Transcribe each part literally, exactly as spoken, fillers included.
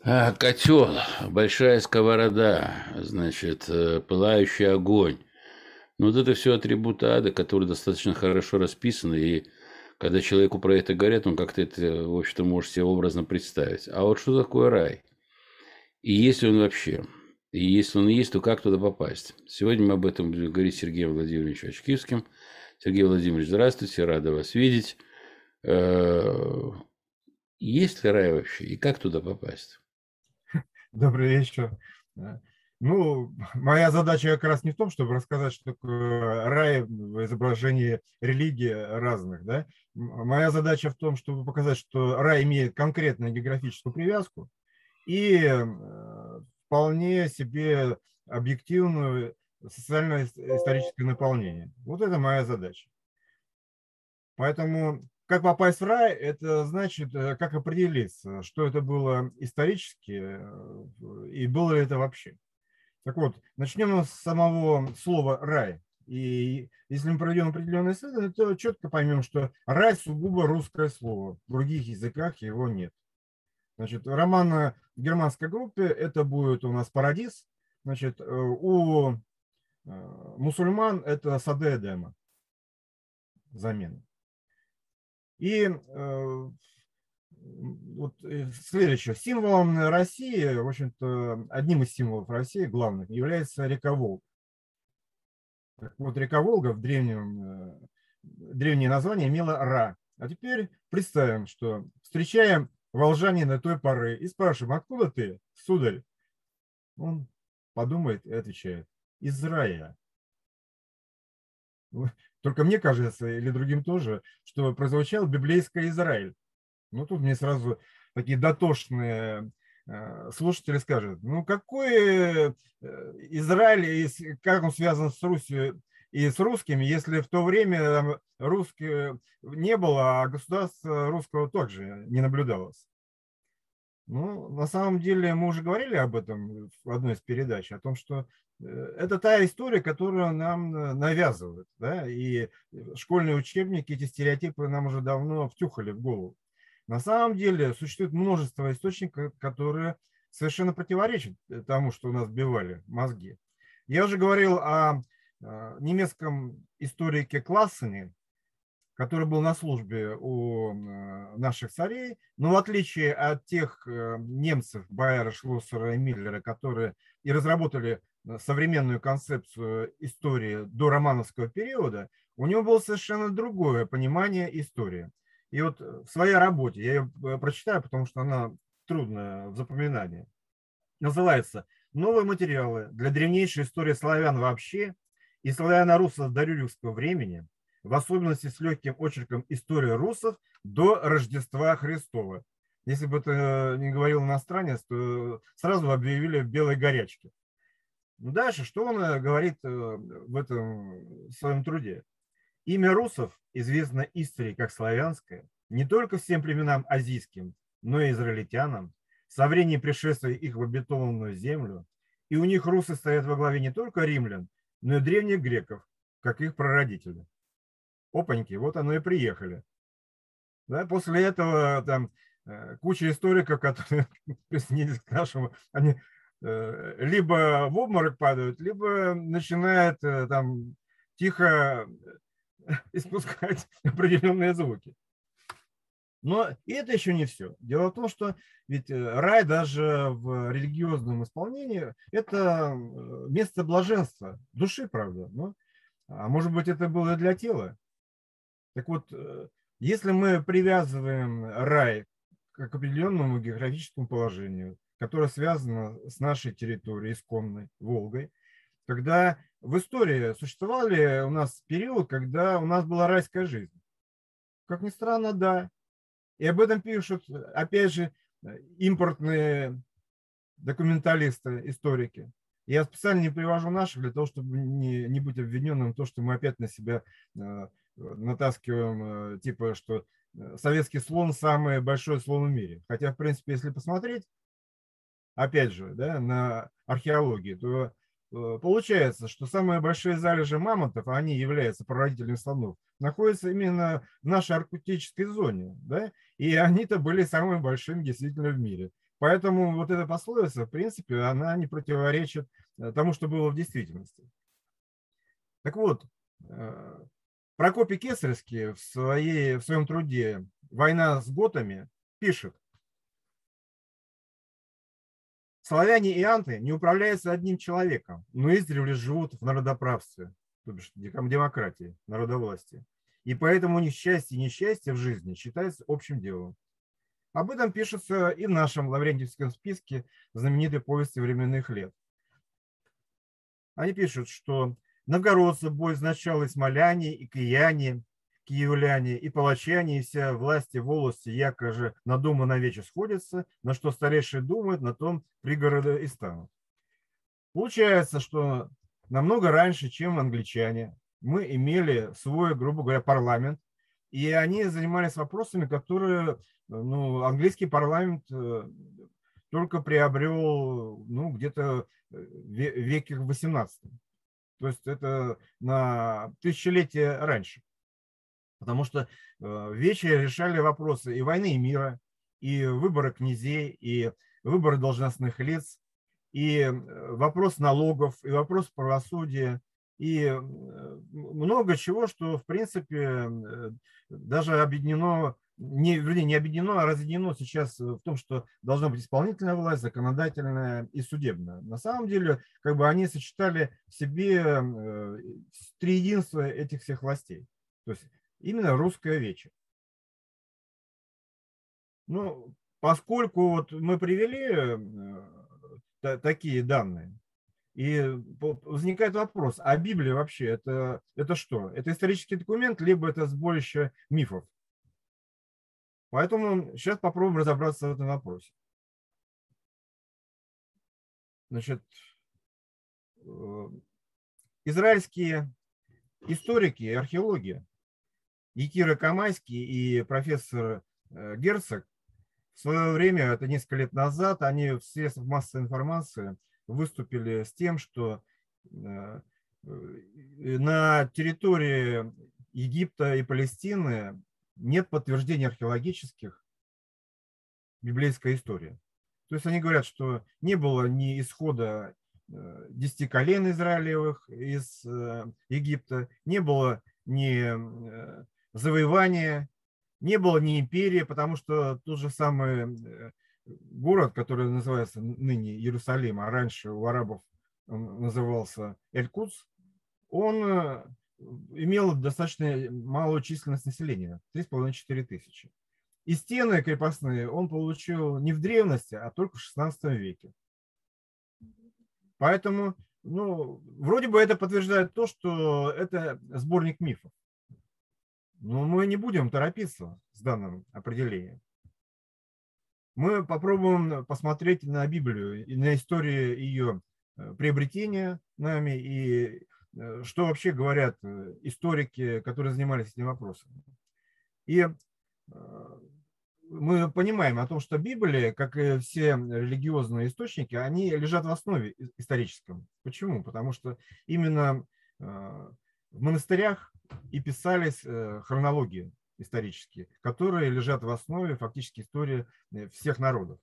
А, котел, большая сковорода, значит, э, пылающий огонь. Ну, вот это все атрибуты ада, которые достаточно хорошо расписаны. И когда человеку про это говорят, он как-то это, в общем-то, может себе образно представить. А вот что такое рай? И есть ли он вообще? И если он есть, то как туда попасть? Сегодня мы об этом будем говорить с Сергеем Владимировичем Очкивским. Сергей Владимирович, здравствуйте, рада вас видеть. Э, Есть ли рай вообще? И как туда попасть? Добрый вечер. Э, Ну, моя задача как раз не в том, чтобы рассказать, что такое рай в изображении религий разных, да. М- Моя задача в том, чтобы показать, что рай имеет конкретную географическую привязку и э, вполне себе объективную социально-историческое наполнение. Вот это моя задача. Поэтому как попасть в рай, это значит, э, как определиться, что это было исторически э, и было ли это вообще. Так вот, начнем с самого слова «рай». И если мы проведем определенное исследование, то четко поймем, что рай сугубо русское слово. В других языках его нет. Значит, роман в германской группе это будет у нас парадис. Значит, э, у э, мусульман это сады Эдема, замена. И э, вот э, следующее. Символом России, в общем-то, одним из символов России главных является река Волга. Так вот, река Волга в древнем, э, древнее название имела Ра. А теперь представим, что встречаем волжанина той поры и спрашиваем, откуда ты, сударь? Он подумает и отвечает, из рая. Ну, только мне кажется, или другим тоже, что прозвучал библейское Израиль. Ну, тут мне сразу такие дотошные э, слушатели скажут, ну, какой э, Израиль, и с- как он связан с Русью и с русскими, если в то время там русских не было, а государства русского также не наблюдалось. Ну, на самом деле мы уже говорили об этом в одной из передач, о том, что э, это та история, которую нам э, навязывают, да, и школьные учебники эти стереотипы нам уже давно втюхали в голову. На самом деле существует множество источников, которые совершенно противоречат э, тому, что у нас вбивали мозги. Я уже говорил о э, немецком историке Классене, который был на службе у э, наших царей, но в отличие от тех э, немцев, Байера, Шлоссера и Миллера, которые и разработали э, современную концепцию истории до романовского периода, у него было совершенно другое понимание истории. И вот в своей работе, я ее э, прочитаю, потому что она трудная в запоминании, называется «Новые материалы для древнейшей истории славян вообще и славяно-руссов до рюриковского времени, в особенности с легким очерком истории русов до Рождества Христова». Если бы это не говорил иностранец, то сразу объявили в белой горячке. Ну, дальше, что он э, говорит э, в этом своем труде? Имя русов известно истории как славянское, не только всем племенам азийским, но и израильтянам, со времени пришествия их в обетованную землю, и у них русы стоят во главе не только римлян, но и древних греков, как их прародители. Опаньки, вот оно и приехали. Да, после этого там э, куча историков, которые присоединились к нашему, они э, либо в обморок падают, либо начинают э, там тихо испускать определенные звуки. Но и это еще не все. Дело в том, что ведь э, рай даже в религиозном исполнении – это э, место блаженства, души, правда. Но, а может быть, это было и для тела. Так вот, э, если мы привязываем рай к определенному географическому положению, которое связано с нашей территорией, исконной, Волгой, когда в истории существовали у нас период, когда у нас была райская жизнь. Как ни странно, да. И об этом пишут, опять же, импортные документалисты, историки. Я специально не привожу наших для того, чтобы не, не быть обвиненным в том, что мы опять на себя э, натаскиваем, э, типа, что э, советский слон самый большой слон в мире. Хотя, в принципе, если посмотреть, опять же, да, на археологию, то э, получается, что самые большие залежи мамонтов, а они являются прародителями слонов, находятся именно в нашей арктической зоне, да, и они-то были самыми большими действительно в мире. Поэтому вот эта пословица, в принципе, она не противоречит тому, что было в действительности. Так вот, Прокопий Кесаревский в, своей, в своем труде «Война с готами» пишет: «Славяне и анты не управляются одним человеком, но издревле живут в народоправстве, то бишь демократии, народовластии. И поэтому у них счастье и несчастье в жизни считается общим делом». Об этом пишется и в нашем лаврентьевском списке знаменитой повести временных лет. Они пишут, что новгородцы, бой сначала и смоляне, и кияне, киевляне, и палачане, и вся власти волости, яко же на думу навече сходятся, на что старейшие думают, на том пригороды и станут. Получается, что намного раньше, чем англичане, мы имели свой, грубо говоря, парламент, и они занимались вопросами, которые, ну, английский парламент только приобрел, ну, где-то в веке в восемнадцатом. То есть это на тысячелетие раньше. Потому что вече решали вопросы и войны, и мира, и выборы князей, и выборы должностных лиц, и вопрос налогов, и вопрос правосудия, и много чего, что, в принципе, даже объединено, не, вернее, не объединено, а разъединено сейчас в том, что должна быть исполнительная власть, законодательная и судебная. На самом деле, как бы они сочетали в себе три единства этих всех властей. То есть именно русское вече. Ну, поскольку вот мы привели такие данные, и возникает вопрос, а Библия вообще это, это что? Это исторический документ, либо это сборище мифов? Поэтому сейчас попробуем разобраться в этом вопросе. Значит, израильские историки и археологи Якира Камайский и профессор Герцог в свое время, это несколько лет назад, они в средствах массовой информации выступили с тем, что на территории Египта и Палестины нет подтверждений археологических библейской истории. То есть они говорят, что не было ни исхода десяти колен израилевых из Египта, не было ни завоевания, не было ни империи, потому что тот же самый город, который называется ныне Иерусалим, а раньше у арабов он назывался Эль-Кудс, он имел достаточно малую численность населения, три с половиной — четыре тысячи. И стены крепостные он получил не в древности, а только в шестнадцатом веке. Поэтому, ну, вроде бы это подтверждает то, что это сборник мифов. Но мы не будем торопиться с данным определением. Мы попробуем посмотреть на Библию и на историю ее приобретения нами, и что вообще говорят историки, которые занимались этим вопросом. И мы понимаем о том, что Библия, как и все религиозные источники, они лежат в основе историческом. Почему? Потому что именно в монастырях и писались хронологии исторические, которые лежат в основе фактически истории всех народов.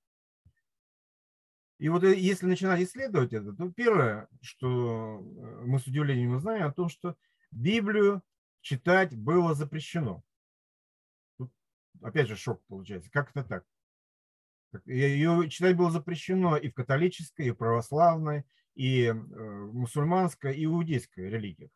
И вот если начинать исследовать это, то первое, что мы с удивлением узнаем, о том, что Библию читать было запрещено. Тут опять же шок получается. Как это так? Ее читать было запрещено и в католической, и в православной, и в мусульманской, и иудейской религиях.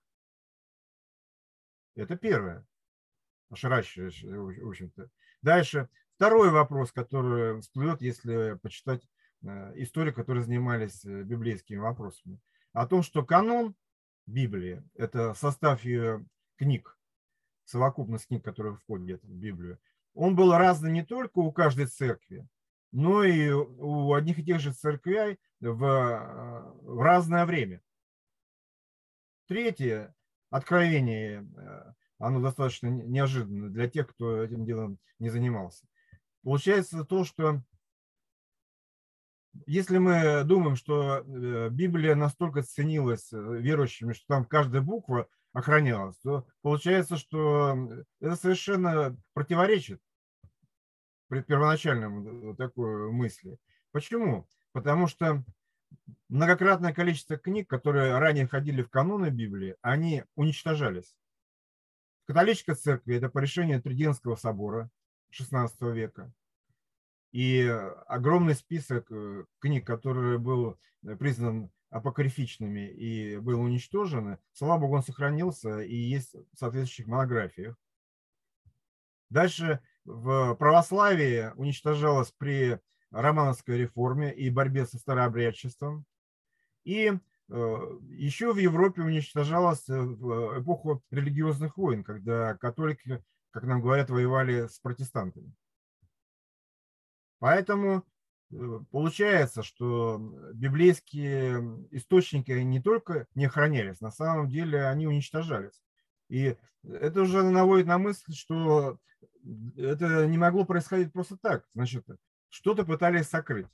Это первое. Ошарашивающее, в общем-то. Дальше. Второй вопрос, который всплывет, если почитать историков, которые занимались библейскими вопросами. О том, что канон Библии, это состав ее книг, совокупность книг, которые входят в Библию, он был разный не только у каждой церкви, но и у одних и тех же церквей в, в разное время. Третье. Откровение, оно достаточно неожиданно для тех, кто этим делом не занимался. Получается то, что если мы думаем, что Библия настолько ценилась верующими, что там каждая буква охранялась, то получается, что это совершенно противоречит при первоначальном такой мысли. Почему? Потому что многократное количество книг, которые ранее входили в каноны Библии, они уничтожались. В католической церкви это по решению Триденского собора шестнадцатого века. И огромный список книг, который был признан апокрифичными и был уничтожен, слава богу, он сохранился и есть в соответствующих монографиях. Дальше в православии уничтожалось при Романовской реформе и борьбе со старообрядчеством. И еще в Европе уничтожалось в эпоху религиозных войн, когда католики, как нам говорят, воевали с протестантами. Поэтому получается, что библейские источники не только не охранялись, на самом деле они уничтожались. И это уже наводит на мысль, что это не могло происходить просто так. Значит, что-то пытались сокрыть.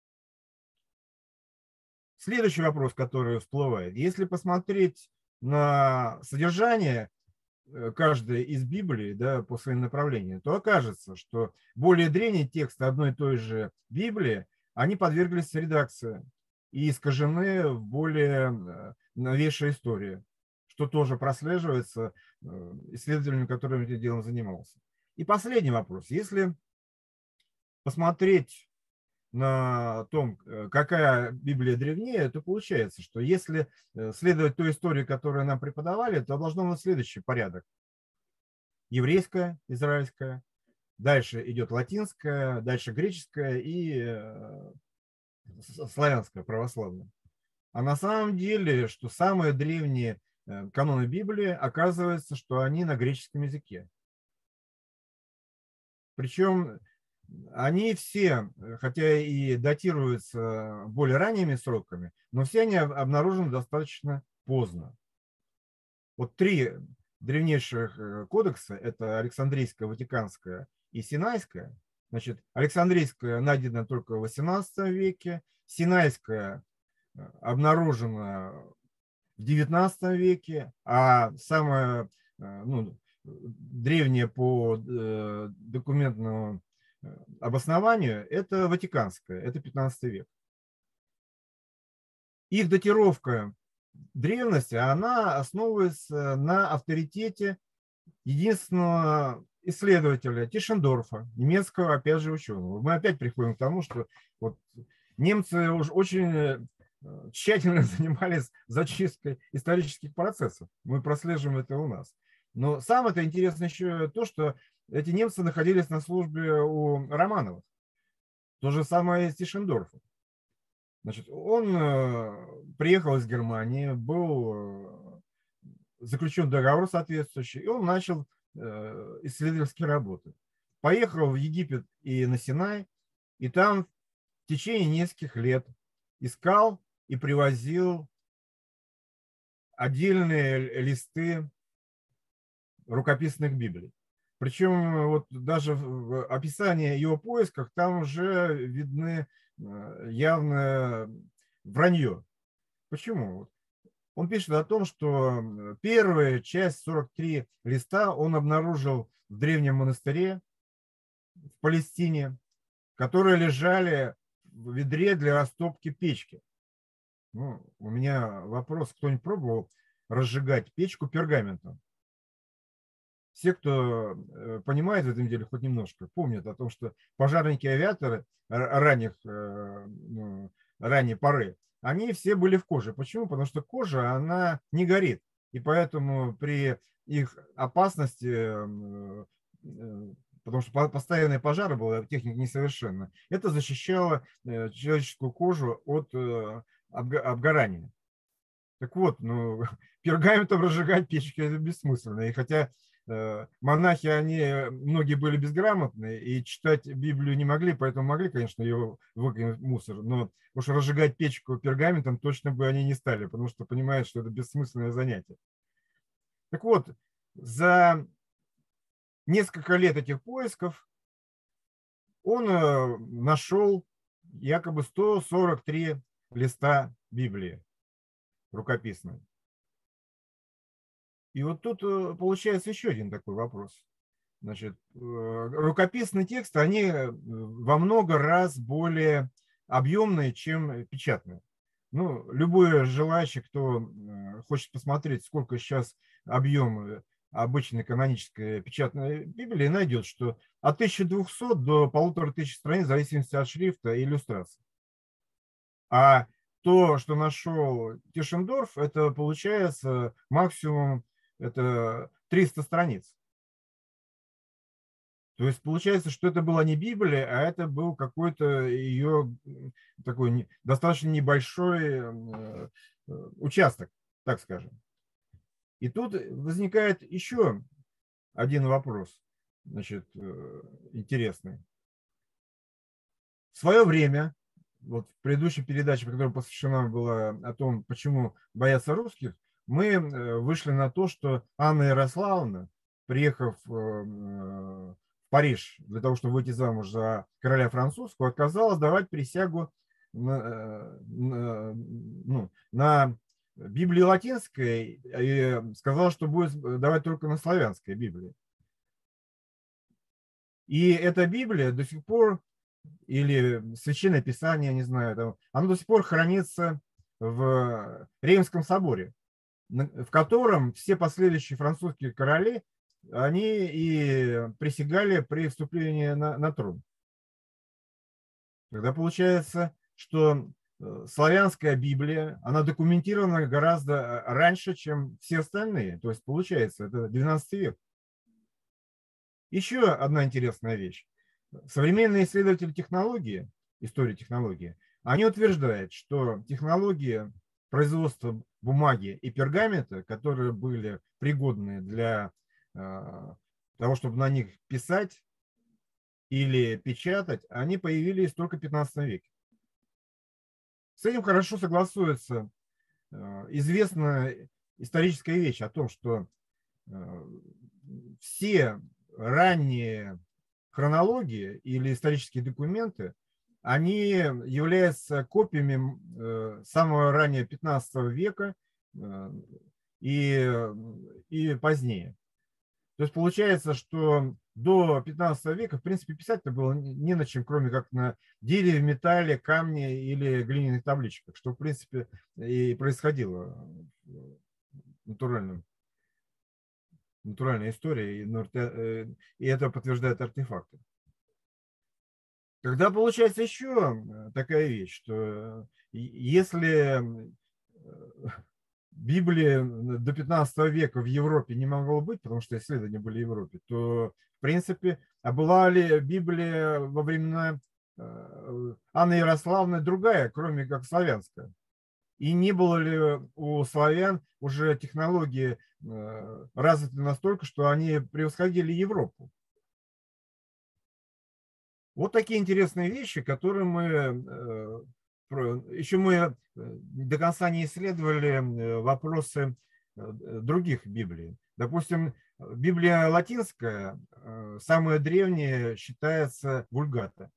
Следующий вопрос, который всплывает. Если посмотреть на содержание каждой из Библии, да, по своим направлениям, то окажется, что более древние тексты одной и той же Библии, они подверглись редакции и искажены в более новейшей истории, что тоже прослеживается исследователем, которым этим делом занимался. И последний вопрос. Если посмотреть на том, какая Библия древнее, то получается, что если следовать той истории, которую нам преподавали, то должно быть следующий порядок. Еврейская, израильская, дальше идет латинская, дальше греческая и славянская, православная. А на самом деле, что самые древние каноны Библии, оказывается, что они на греческом языке. Причем они все, хотя и датируются более ранними сроками, но все они обнаружены достаточно поздно. Вот три древнейших кодекса, это Александрийская, Ватиканская и Синайская. Значит, Александрийская найдена только в восемнадцатом веке, Синайская обнаружена в девятнадцатом веке, а самая, ну, древняя по документному обоснованию – это Ватиканская, это пятнадцатый век. Их датировка древности, она основывается на авторитете единственного исследователя Тишендорфа, немецкого, опять же, ученого. Мы опять приходим к тому, что вот немцы уже очень тщательно занимались зачисткой исторических процессов. Мы прослеживаем это у нас. Но самое интересное еще то, что эти немцы находились на службе у Романовых. То же самое и с Тишендорфом. Значит, он приехал из Германии, был заключен договор соответствующий, и он начал исследовательские работы. Поехал в Египет и на Синай, и там в течение нескольких лет искал и привозил отдельные листы рукописных Библий. Причем вот даже в описании его поисках там уже видны явное вранье. Почему? Он пишет о том, что первая часть, сорок три листа, он обнаружил в древнем монастыре в Палестине, которые лежали в ведре для растопки печки. Ну, у меня вопрос, кто-нибудь пробовал разжигать печку пергаментом? Все, кто понимает в этом деле хоть немножко, помнят о том, что пожарники-авиаторы ранних, ну, ранней поры, они все были в коже. Почему? Потому что кожа, она не горит. И поэтому при их опасности, потому что постоянные пожары были, техника несовершенна, это защищало человеческую кожу от обгорания. Так вот, ну, пергаментом разжигать печки – это бессмысленно. И хотя монахи, они, многие были безграмотные и читать Библию не могли, поэтому могли, конечно, ее выкинуть в мусор, но уж разжигать печку пергаментом точно бы они не стали, потому что понимают, что это бессмысленное занятие. Так вот, за несколько лет этих поисков он нашел якобы сто сорок три листа Библии рукописной. И вот тут получается еще один такой вопрос. Значит, рукописные тексты, они во много раз более объемные, чем печатные. Ну, любой желающий, кто хочет посмотреть, сколько сейчас объем обычной канонической печатной Библии, найдет, что от тысячи двухсот до полутора тысяч страниц в зависимости от шрифта и иллюстраций. А то, что нашел Тишендорф, это получается максимум это триста страниц. То есть получается, что это была не Библия, а это был какой-то ее такой достаточно небольшой участок, так скажем. И тут возникает еще один вопрос, значит, интересный. В свое время, вот в предыдущей передаче, которая посвящена была о том, почему боятся русских, мы вышли на то, что Анна Ярославна, приехав в Париж для того, чтобы выйти замуж за короля французского, отказалась давать присягу на, на, ну, на Библии латинской и сказала, что будет давать только на славянской Библии. И эта Библия до сих пор, или Священное Писание, не знаю, там, оно до сих пор хранится в Реймском соборе, в котором все последующие французские короли, они и присягали при вступлении на, на трон. Тогда получается, что славянская Библия, она документирована гораздо раньше, чем все остальные. То есть получается, это двенадцатый век. Еще одна интересная вещь. Современные исследователи технологии, истории технологии, они утверждают, что технологии производства бумаги и пергамента, которые были пригодны для э, того, чтобы на них писать или печатать, они появились только в пятнадцатом веке. С этим хорошо согласуется э, известная историческая вещь о том, что э, все ранние хронологии или исторические документы, они являются копиями э, самого раннего пятнадцатого века э, и, и позднее. То есть получается, что до пятнадцатого века, в принципе, писать-то было не на чем, кроме как на дереве, металле, камне или глиняных табличках, что, в принципе, и происходило натуральным. Натуральная история, и это подтверждает артефакты. Тогда получается еще такая вещь, что если Библия до пятнадцатого века в Европе не могло быть, потому что исследования были в Европе, то, в принципе, а была ли Библия во времена Анны Ярославны другая, кроме как славянская? И не было ли у славян уже технологии развиты настолько, что они превосходили Европу? Вот такие интересные вещи, которые мы... Еще мы до конца не исследовали вопросы других Библий. Допустим, Библия латинская, самая древняя, считается Вульгата.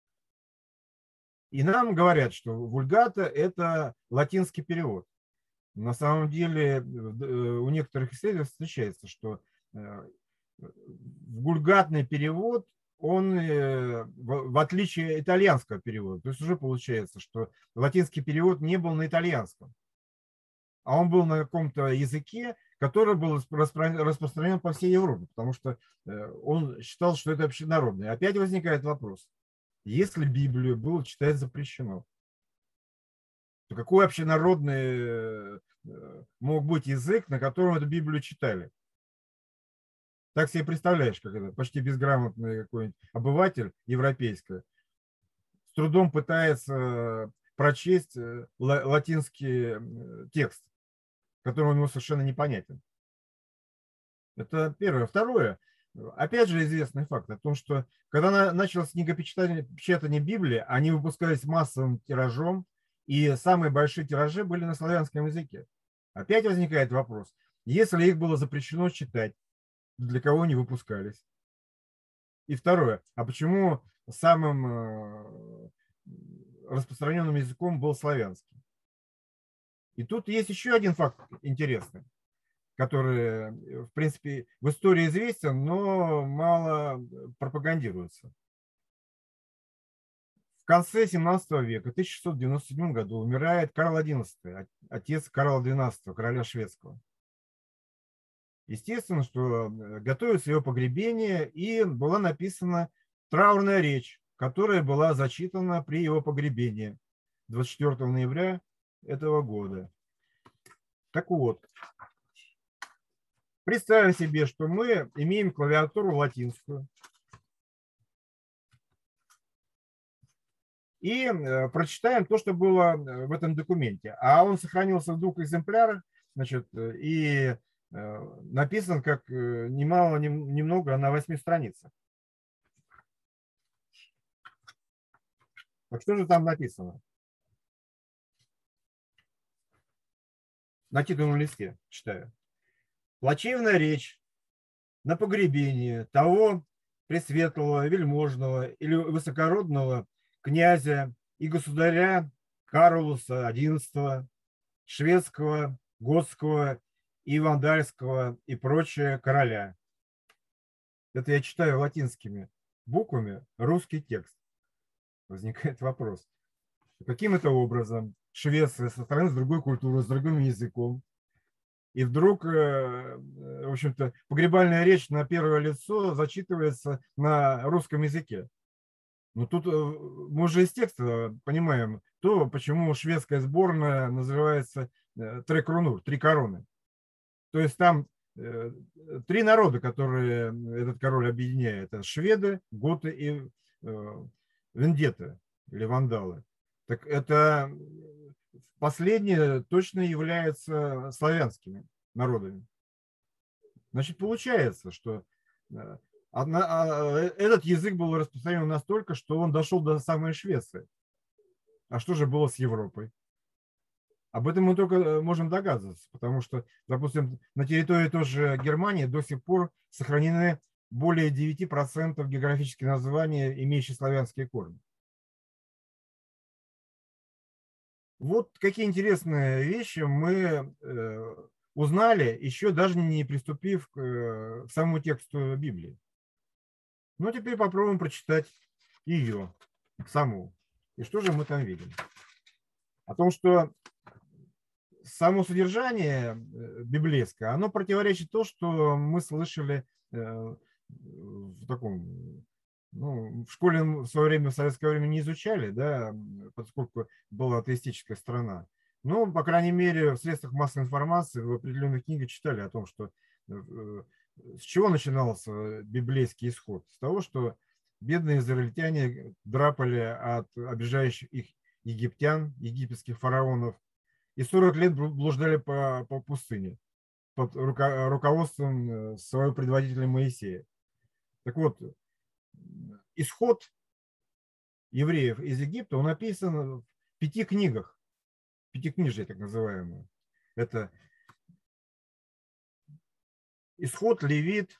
И нам говорят, что Вульгата – это латинский перевод. На самом деле у некоторых исследователей встречается, что вульгатный перевод, он в отличие от итальянского перевода, то есть уже получается, что латинский перевод не был на итальянском, а он был на каком-то языке, который был распространен по всей Европе, потому что он считал, что это общенародное. Опять возникает вопрос. Если Библию было читать запрещено, то какой общенародный мог быть язык, на котором эту Библию читали? Так себе представляешь, как это почти безграмотный какой-нибудь обыватель европейский с трудом пытается прочесть латинский текст, который ему совершенно непонятен. Это первое. Второе. Опять же известный факт о том, что когда началось книгопечатание Библии, они выпускались массовым тиражом, и самые большие тиражи были на славянском языке. Опять возникает вопрос, если их было запрещено читать, для кого они выпускались? И второе, а почему самым распространенным языком был славянский? И тут есть еще один факт интересный. который, в принципе, в истории известен, но мало пропагандируется. В конце семнадцатого века, в тысяча шестьсот девяносто седьмом году, умирает Карл одиннадцатый, отец Карла двенадцатого, короля шведского. Естественно, что готовится его погребение, и была написана траурная речь, которая была зачитана при его погребении двадцать четвёртого ноября этого года. Так вот, представим себе, что мы имеем клавиатуру латинскую и прочитаем то, что было в этом документе. А он сохранился в двух экземплярах, значит, и написан как немало, немного на восьми страницах. Так что же там написано? На титульном листе читаю. Плачевная речь на погребении того пресветлого, вельможного или высокородного князя и государя Карлуса одиннадцатого, шведского, готского и вандальского и прочее короля. Это я читаю латинскими буквами русский текст. Возникает вопрос. Каким это образом Швеция со стороны с другой культурой, с другим языком, и вдруг, в общем-то, погребальная речь на первое лицо зачитывается на русском языке. Но тут мы уже из текста понимаем то, почему шведская сборная называется Трекрунур, три короны. То есть там три народа, которые этот король объединяет. Это шведы, готы и вендеты или вандалы. Так это последние точно являются славянскими народами. Значит, получается, что этот язык был распространен настолько, что он дошел до самой Швеции. А что же было с Европой? Об этом мы только можем догадываться, потому что, допустим, на территории тоже Германии до сих пор сохранены более девяти процентов географических названий, имеющие славянские корни. Вот какие интересные вещи мы узнали, еще даже не приступив к самому тексту Библии. Но теперь попробуем прочитать ее саму. И что же мы там видим? О том, что само содержание библейское, оно противоречит тому, что мы слышали в таком... Ну, в школе в свое время, в советское время не изучали, да, поскольку была атеистическая страна. Но, по крайней мере, в средствах массовой информации, в определенных книгах читали о том, что с чего начинался библейский исход? С того, что бедные израильтяне драпали от обижающих их египтян, египетских фараонов, и сорок лет блуждали по, по пустыне под руководством своего предводителя Моисея. Так вот, исход евреев из Египта, он описан в пяти книгах, пятикнижие так называемое. Это Исход, Левит,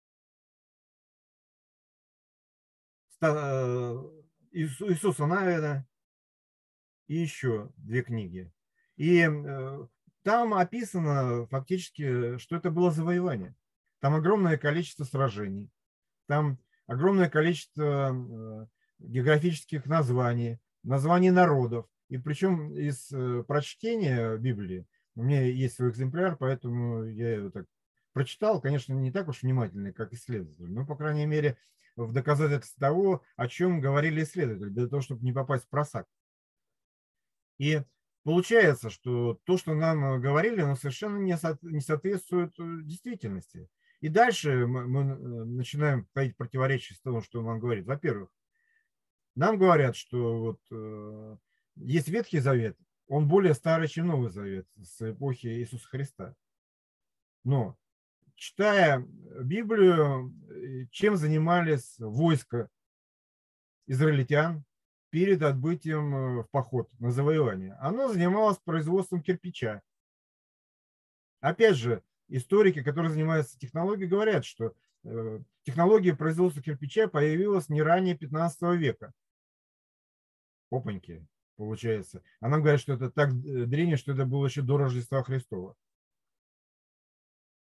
Иисуса Навина и еще две книги. И там описано фактически, что это было завоевание. Там огромное количество сражений, там огромное количество географических названий, названий народов. И причем из прочтения Библии, у меня есть свой экземпляр, поэтому я его так прочитал, конечно, не так уж внимательно, как исследователь, но, по крайней мере, в доказательство того, о чем говорили исследователи, для того, чтобы не попасть в просак. И получается, что то, что нам говорили, оно совершенно не соответствует действительности. И дальше мы начинаем входить в противоречие с тому, что нам говорит. Во-первых, нам говорят, что вот есть Ветхий Завет, он более старый, чем Новый Завет с эпохи Иисуса Христа. Но читая Библию, чем занимались войска израильтян перед отбытием в поход на завоевание? Оно занималось производством кирпича. Опять же, историки, которые занимаются технологией, говорят, что технология производства кирпича появилась не ранее пятнадцатого века. Опаньки, получается. А нам говорят, что это так древнее, что это было еще до Рождества Христова.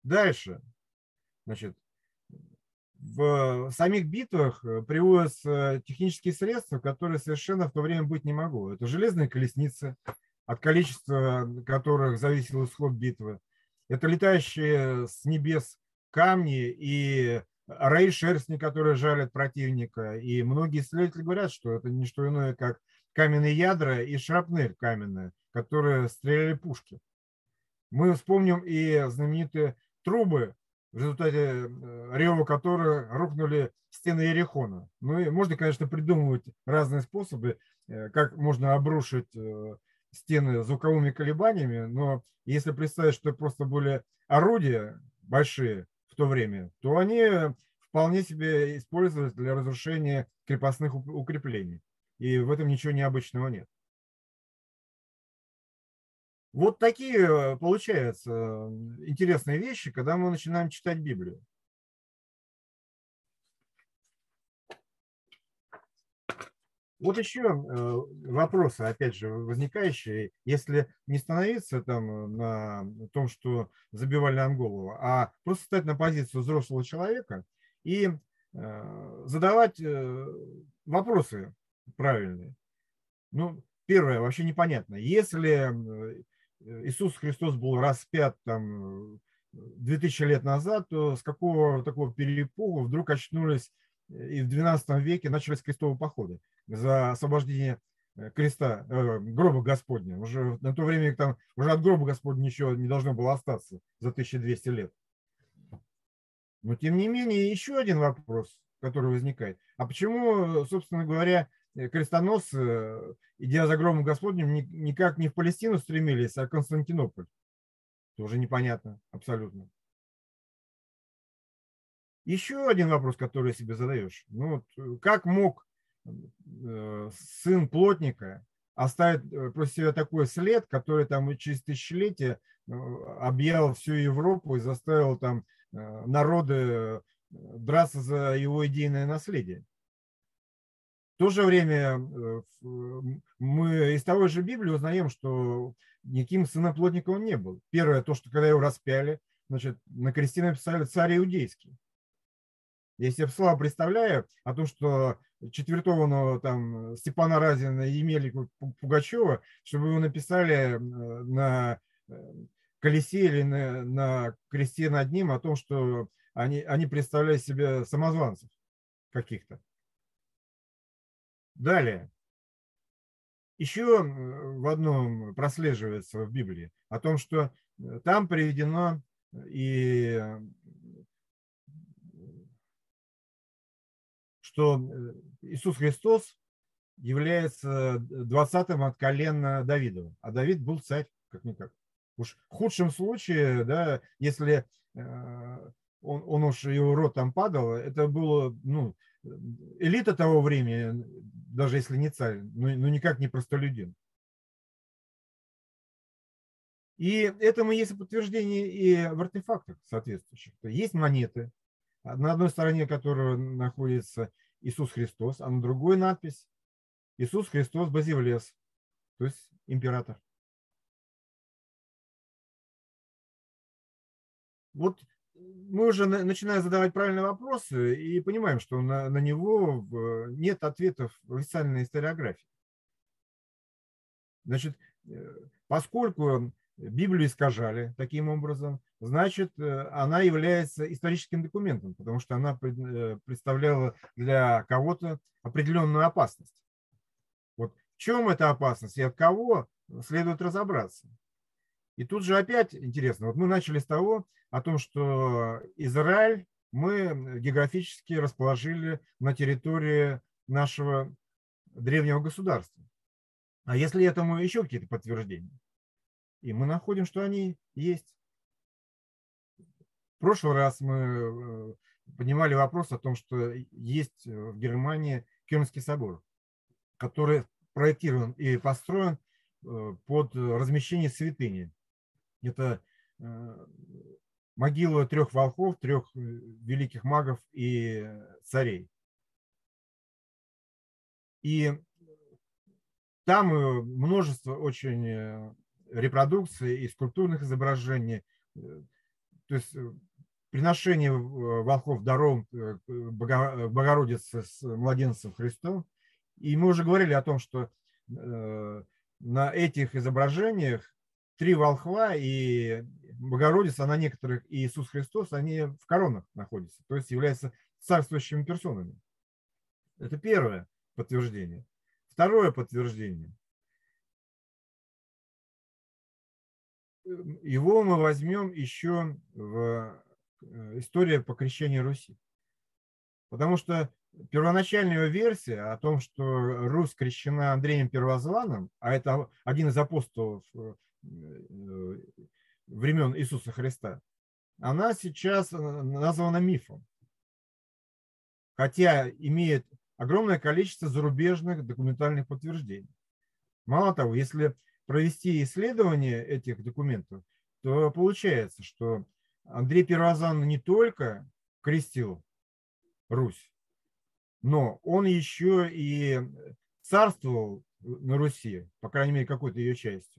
Дальше. Значит, в самих битвах приводятся технические средства, которые совершенно в то время быть не могло. Это железные колесницы, от количества которых зависел исход битвы. Это летающие с небес камни и раи шерсти, которые жалят противника. И многие исследователи говорят, что это не что иное, как каменные ядра и шрапнель каменная, которые стреляли пушки. Мы вспомним и знаменитые трубы, в результате рева которых рухнули стены Иерихона. Ну и можно, конечно, придумывать разные способы, как можно обрушить стены звуковыми колебаниями, но если представить, что это просто были орудия большие в то время, то они вполне себе использовались для разрушения крепостных укреплений. И в этом ничего необычного нет. Вот такие получаются интересные вещи, когда мы начинаем читать Библию. Вот еще вопросы, опять же, возникающие, если не становиться там на том, что забивали нам голову, а просто стать на позицию взрослого человека и задавать вопросы правильные. Ну, первое, вообще непонятно. Если Иисус Христос был распят там две тысячи лет назад, то с какого такого перепугу вдруг очнулись и в двенадцатом веке начались крестовые походы за освобождение креста, э, гроба Господня. Уже на то время там уже от гроба Господня ничего не должно было остаться за тысячу двести лет. Но тем не менее еще один вопрос, который возникает. А почему, собственно говоря, крестоносцы, идя за гробом Господним, никак не в Палестину стремились, а в Константинополь? Тоже непонятно абсолютно. Еще один вопрос, который себе задаешь. Ну, вот, как мог сын плотника оставить после себя такой след, который там через тысячелетия объял всю Европу и заставил там народы драться за его идейное наследие? В то же время мы из того же Библии узнаем, что никаким сыном плотника он не был. Первое, то, что когда его распяли, значит, на кресте написали «Царь иудейский». Я себе слабо представляю о том, что четвертованного там Степана Разина и Емельку Пугачева, чтобы его написали на колесе или на, на кресте над ним о том, что они, они представляют себе самозванцев каких-то. Далее. Еще в одном прослеживается в Библии о том, что там приведено и что Иисус Христос является двадцатым от колена Давидова, а Давид был царь, как-никак. Уж в худшем случае, да, если он, он уж его род там падал, это было, ну, элита того времени, даже если не царь, ну, ну никак не простолюдин. И этому есть подтверждение и в артефактах соответствующих. Есть монеты, на одной стороне которой находится Иисус Христос, а на другой надпись Иисус Христос Базилевс, то есть император. Вот мы уже начинаем задавать правильные вопросы и понимаем, что на, на него нет ответов в официальной историографии. Значит, поскольку Библию искажали таким образом, значит, она является историческим документом, потому что она представляла для кого-то определенную опасность. Вот в чем эта опасность и от кого, следует разобраться. И тут же опять интересно, вот мы начали с того, о том, что Израиль мы географически расположили на территории нашего древнего государства. А если этому еще какие-то подтверждения? И мы находим, что они есть. В прошлый раз мы поднимали вопрос о том, что есть в Германии Кёльнский собор, который проектирован и построен под размещение святыни. Это могила трех волхвов, трех великих магов и царей. И там множество очень репродукций и скульптурных изображений. то есть приношение волхвов даром Богородицы с младенцем Христом. И мы уже говорили о том, что на этих изображениях три волхва и Богородица, а на некоторых и Иисус Христос, они в коронах находятся, то есть являются царствующими персонами. Это первое подтверждение. Второе подтверждение. Его мы возьмем еще в истории по крещению Руси. Потому что первоначальная версия о том, что Русь крещена Андреем Первозванным, а это один из апостолов времен Иисуса Христа, она сейчас названа мифом. Хотя имеет огромное количество зарубежных документальных подтверждений. Мало того, если провести исследование этих документов, то получается, что Андрей Первозванный не только крестил Русь, но он еще и царствовал на Руси, по крайней мере, какой-то ее частью.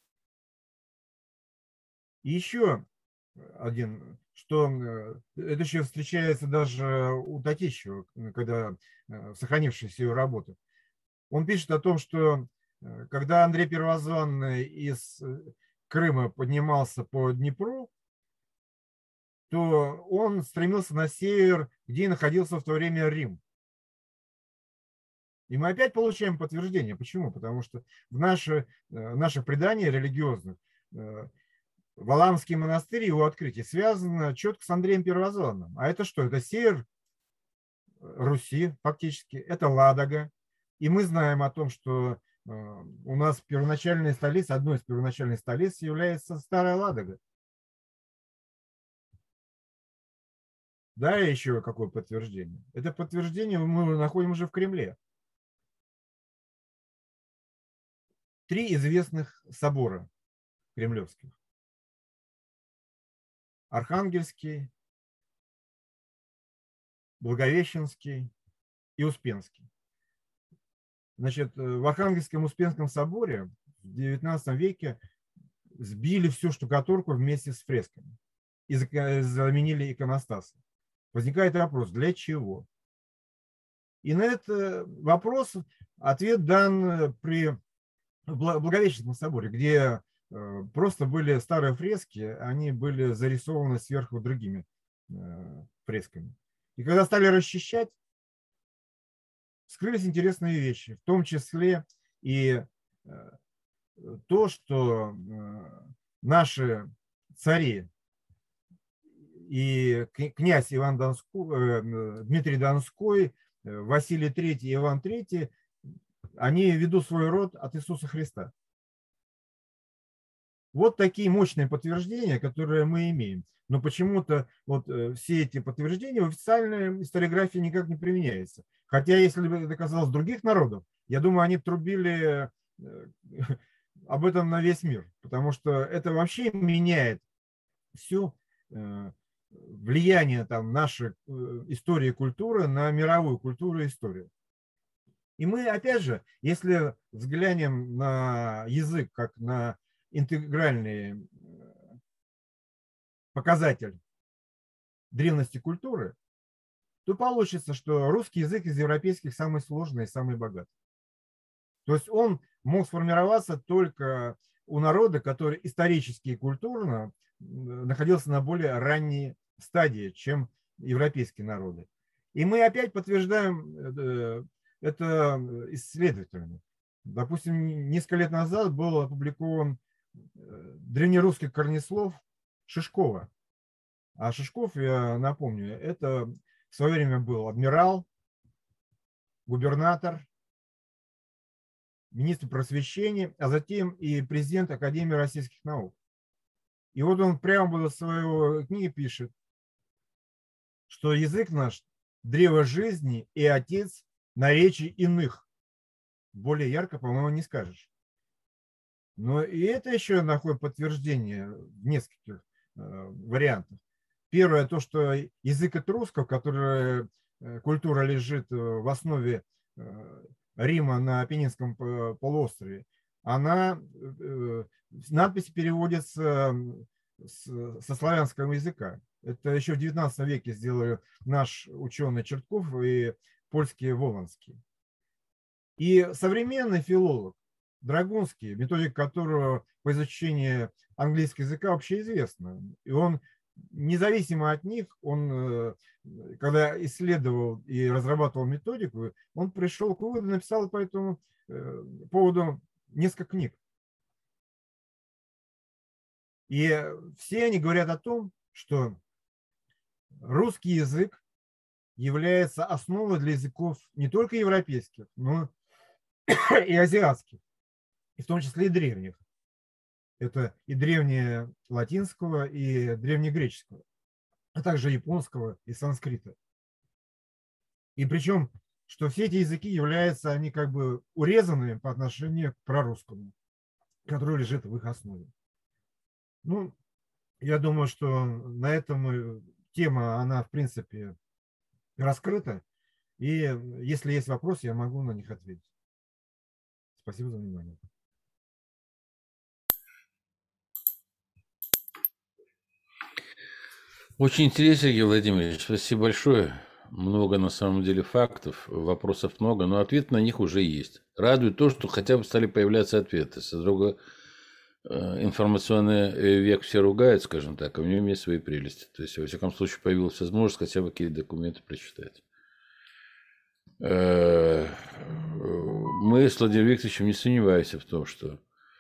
И еще один, что это еще встречается даже у Татищева, когда в сохранившейся ее работы. Он пишет о том, что когда Андрей Первозванный из Крыма поднимался по Днепру, то он стремился на север, где находился в то время Рим. И мы опять получаем подтверждение. Почему? Потому что в наши, наших преданиях религиозных Валаамский монастырь, его открытие связано четко с Андреем Первозванным. А это что? Это север Руси фактически, это Ладога. И мы знаем о том, что у нас первоначальная столица, одной из первоначальных столиц является Старая Ладога. Да, еще какое подтверждение? Это подтверждение мы находим уже в Кремле. Три известных собора кремлевских. Архангельский, Благовещенский и Успенский. Значит, в Архангельском Успенском соборе в девятнадцатом веке сбили всю штукатурку вместе с фресками и заменили иконостасы. Возникает вопрос, для чего? И на этот вопрос ответ дан при Благовещенском соборе, где просто были старые фрески, они были зарисованы сверху другими фресками. И когда стали расчищать, скрылись интересные вещи, в том числе и то, что наши цари и князь Иван Донской, Дмитрий Донской, Василий Третий и Иван Третий, они ведут свой род от Иисуса Христа. Вот такие мощные подтверждения, которые мы имеем. Но почему-то вот все эти подтверждения в официальной историографии никак не применяются. Хотя, если бы это касалось других народов, я думаю, они трубили об этом на весь мир. Потому что это вообще меняет всю влияние там, нашей истории и культуры на мировую культуру и историю. И мы, опять же, если взглянем на язык как на интегральный показатель древности культуры, то получится, что русский язык из европейских самый сложный и самый богатый. То есть он мог сформироваться только у народа, который исторически и культурно находился на более ранней стадии, чем европейские народы. И мы опять подтверждаем это исследователями. Допустим, несколько лет назад был опубликован древнерусский корнеслов Шишкова. А Шишков, я напомню, это в свое время был адмирал, губернатор, министр просвещения, а затем и президент Академии российских наук. И вот он прямо в своей книге пишет, что язык наш – древо жизни и отец наречий иных. Более ярко, по-моему, не скажешь. Но и это еще находит подтверждение в нескольких э, вариантах. Первое, то, что язык этрусков, который э, культура лежит в основе э, Рима на Апеннинском полуострове, она, э, надпись переводится с, со славянского языка. Это еще в девятнадцатом веке сделали наш ученый Чертков и польские Воланские. И современный филолог Драгунский, методика которого по изучению английского языка общеизвестна, и он независимо от них, он, когда исследовал и разрабатывал методику, он пришел к выводу, написал по этому поводу несколько книг. И все они говорят о том, что русский язык является основой для языков не только европейских, но и азиатских, и в том числе и древних. Это и древнее латинского, и древнегреческого, а также японского и санскрита. И причем, что все эти языки являются, они как бы урезанными по отношению к прорусскому, который лежит в их основе. Ну, я думаю, что на этом тема, она, в принципе, раскрыта. И если есть вопросы, я могу на них ответить. Спасибо за внимание. Очень интересно, Сергей Владимирович. Спасибо большое. Много, на самом деле, фактов, вопросов много, но ответ на них уже есть. Радует то, что хотя бы стали появляться ответы. С другой информационный век все ругают, скажем так, а в нем есть свои прелести. То есть, во всяком случае, появилась возможность хотя бы какие-то документы прочитать. Мы с Владимиром Викторовичем не сомневаемся в том, что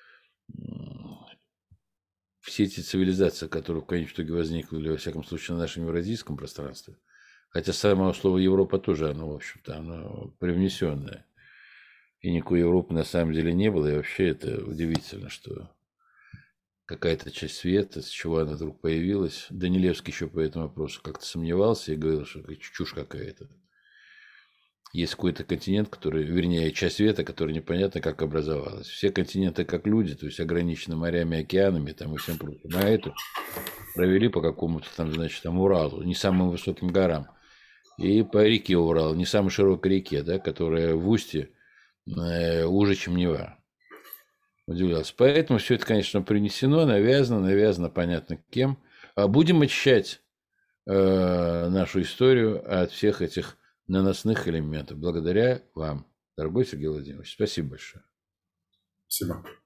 все эти цивилизации, которые в конечном итоге возникли, во всяком случае, на нашем евразийском пространстве, хотя само слово Европа тоже, оно, в общем-то, оно привнесенное. И никакой Европы на самом деле не было, и вообще это удивительно, что какая-то часть света, с чего она вдруг появилась. Данилевский еще по этому вопросу как-то сомневался и говорил, что это чушь какая-то. Есть какой-то континент, который, вернее, часть света, которая непонятно как образовалась. Все континенты как люди, то есть ограничены морями, океанами там, и всем прочим. А эту провели по какому-то там, значит, там Уралу, не самым высоким горам. И по реке Урал, не самой широкой реке, да, которая в устье э, уже, чем Нева. Удивлялся. Поэтому все это, конечно, принесено, навязано, навязано понятно кем. А будем очищать э, нашу историю от всех этих наносных элементов. Благодаря вам, дорогой Сергей Владимирович. Спасибо большое. Спасибо.